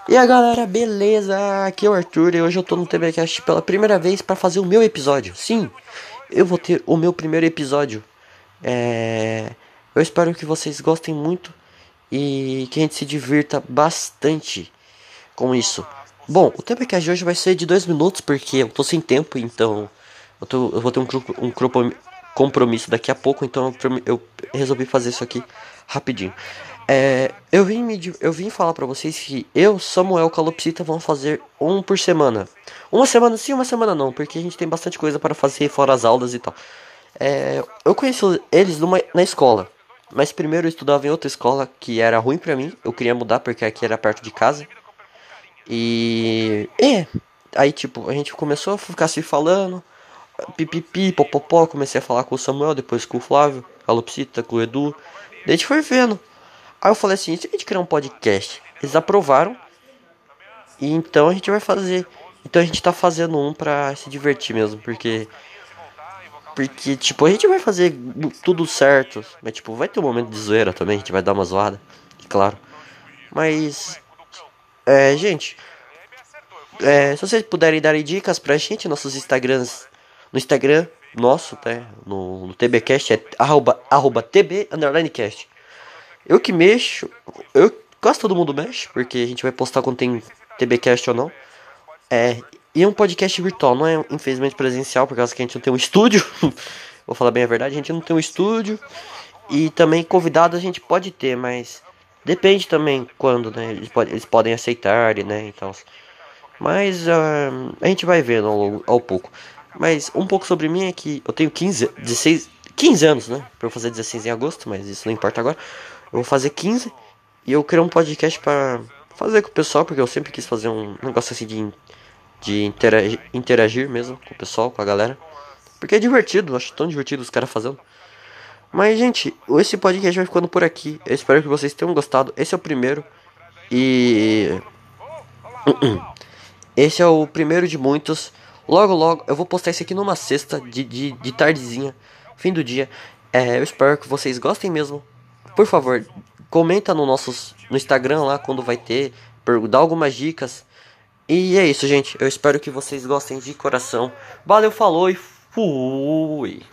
E aí galera, beleza? Aqui é o Arthur e hoje eu tô no TBcast pela primeira vez pra fazer o meu episódio. Sim, eu vou ter o meu primeiro episódio. Eu espero que vocês gostem muito e que a gente se divirta bastante com isso. Bom, o TBcast de hoje vai ser de 2 minutos porque eu tô sem tempo, então eu vou ter compromisso daqui a pouco, então eu resolvi fazer isso aqui rapidinho. Eu vim falar pra vocês que eu, Samuel Calopsita, vamos fazer um por semana. Uma semana sim, uma semana não, porque a gente tem bastante coisa para fazer fora as aulas e tal. Eu conheci eles na escola, mas primeiro eu estudava em outra escola que era ruim pra mim. Eu queria mudar porque aqui era perto de casa. Aí tipo, a gente começou a ficar se falando, pipipi, popopó, comecei a falar com o Samuel, depois com o Flávio, Calopsita, com o Edu. Daí a gente foi vendo. Aí eu falei assim, se a gente criar um podcast? Eles aprovaram, e então a gente vai fazer. Então a gente tá fazendo um pra se divertir mesmo, porque tipo, a gente vai fazer tudo certo, mas tipo, vai ter um momento de zoeira também, a gente vai dar uma zoada, claro. Mas gente, se vocês puderem darem dicas pra gente, nossos Instagrams, no Instagram nosso, tá? No TBcast é arroba TB_cast. Eu que mexo, quase todo mundo mexe, porque a gente vai postar quando tem TBcast ou não. E é um podcast virtual, não é infelizmente presencial, por causa que a gente não tem um estúdio. Vou falar bem a verdade, a gente não tem um estúdio. E também convidado a gente pode ter, mas depende também quando, né? Eles podem aceitar, né? Então, mas a gente vai vendo ao pouco. Mas um pouco sobre mim é que eu tenho 15 anos, né? Pra eu fazer 16 em agosto, mas isso não importa agora. Eu vou fazer 15 e eu criei um podcast pra fazer com o pessoal, porque eu sempre quis fazer um negócio assim de interagir mesmo com o pessoal, com a galera. Porque é divertido, eu acho tão divertido os caras fazendo. Mas, gente, esse podcast vai ficando por aqui. Eu espero que vocês tenham gostado. Esse é o primeiro. E esse é o primeiro de muitos. Logo, logo, eu vou postar esse aqui numa sexta de tardezinha, fim do dia. Eu espero que vocês gostem mesmo. Por favor, comenta no Instagram lá quando vai ter. Dá algumas dicas. E é isso, gente. Eu espero que vocês gostem de coração. Valeu, falou e fui!